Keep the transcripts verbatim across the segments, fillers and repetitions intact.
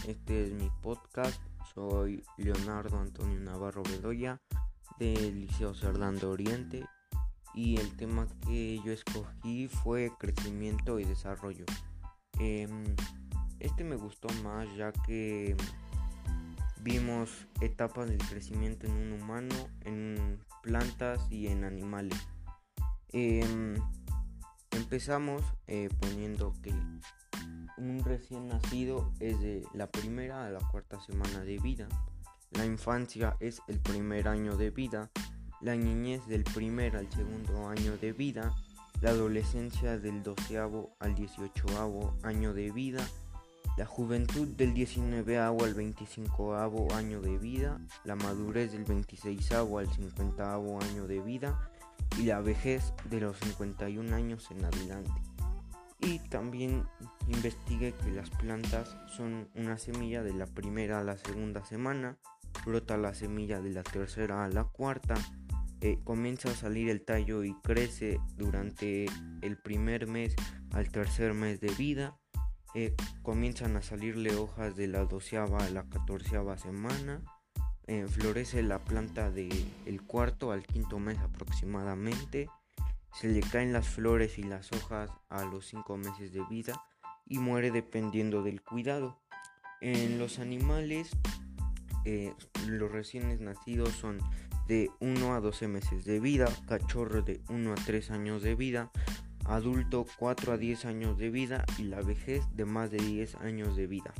Este es mi podcast. Soy Leonardo Antonio Navarro Bedoya del Liceo Cerdán de Oriente y el tema que yo escogí fue crecimiento y desarrollo. Eh, este me gustó más ya que vimos etapas del crecimiento en un humano, en plantas y en animales. Eh, empezamos eh, poniendo que un recién nacido es de la primera a la cuarta semana de vida. La infancia es el primer año de vida. La niñez del primer al segundo año de vida. La adolescencia del doceavo al dieciochoavo año de vida. La juventud del diecinueveavo al veinticincoavo año de vida. La madurez del veintiseisavo al cincuentaavo año de vida. Y la vejez de los cincuenta y un años en adelante. Y también investigué que las plantas son una semilla de la primera a la segunda semana, brota la semilla de la tercera a la cuarta, eh, comienza a salir el tallo y crece durante el primer mes al tercer mes de vida, eh, comienzan a salirle hojas de la doceava a la catorceava semana, eh, florece la planta del cuarto al quinto mes aproximadamente. Se le caen las flores y las hojas a los cinco meses de vida y muere dependiendo del cuidado. En los animales, eh, los recién nacidos son de uno a doce meses de vida, cachorro de uno a tres años de vida, adulto cuatro a diez años de vida y la vejez de más de diez años de vida.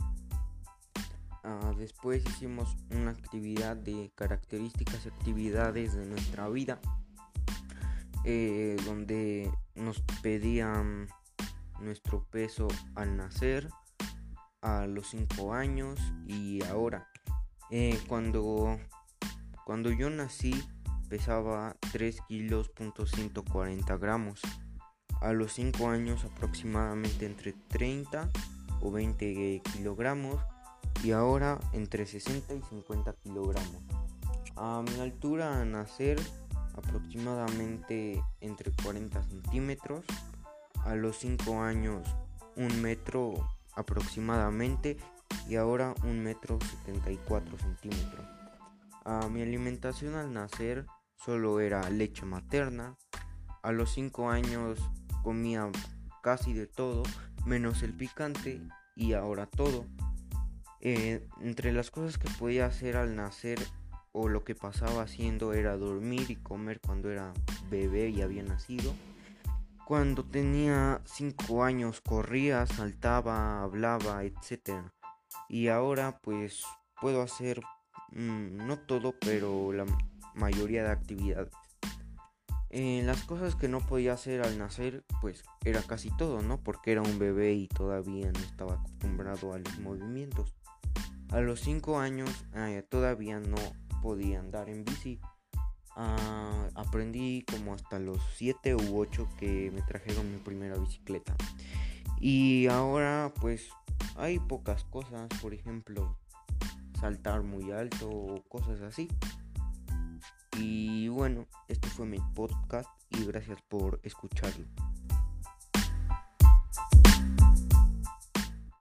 Uh, después hicimos una actividad de características y actividades de nuestra vida. Eh, donde nos pedían nuestro peso al nacer, a los cinco años y ahora. Eh, cuando, cuando yo nací pesaba tres kilos punto ciento cuarenta gramos. A los cinco años aproximadamente entre treinta o veinte kilogramos y ahora entre sesenta y cincuenta kilogramos. A mi altura al nacer aproximadamente entre cuarenta centímetros, a los cinco años un metro aproximadamente y ahora un metro setenta y cuatro centímetros. A mi alimentación al nacer solo era leche materna. A los cinco años comía casi de todo menos el picante y ahora todo. Eh, entre las cosas que podía hacer al nacer o lo que pasaba haciendo era dormir y comer cuando era bebé y había nacido. Cuando tenía cinco años corría, saltaba, hablaba, etcétera. Y ahora pues puedo hacer mmm, no todo, pero la mayoría de actividades. Eh, las cosas que no podía hacer al nacer pues era casi todo, ¿no? Porque era un bebé y todavía no estaba acostumbrado a los movimientos. A los cinco años eh, todavía no podía andar en bici. Uh, aprendí como hasta los siete u ocho que me trajeron mi primera bicicleta. Y ahora pues hay pocas cosas, por ejemplo saltar muy alto o cosas así. Y bueno, este fue mi podcast y gracias por escucharlo.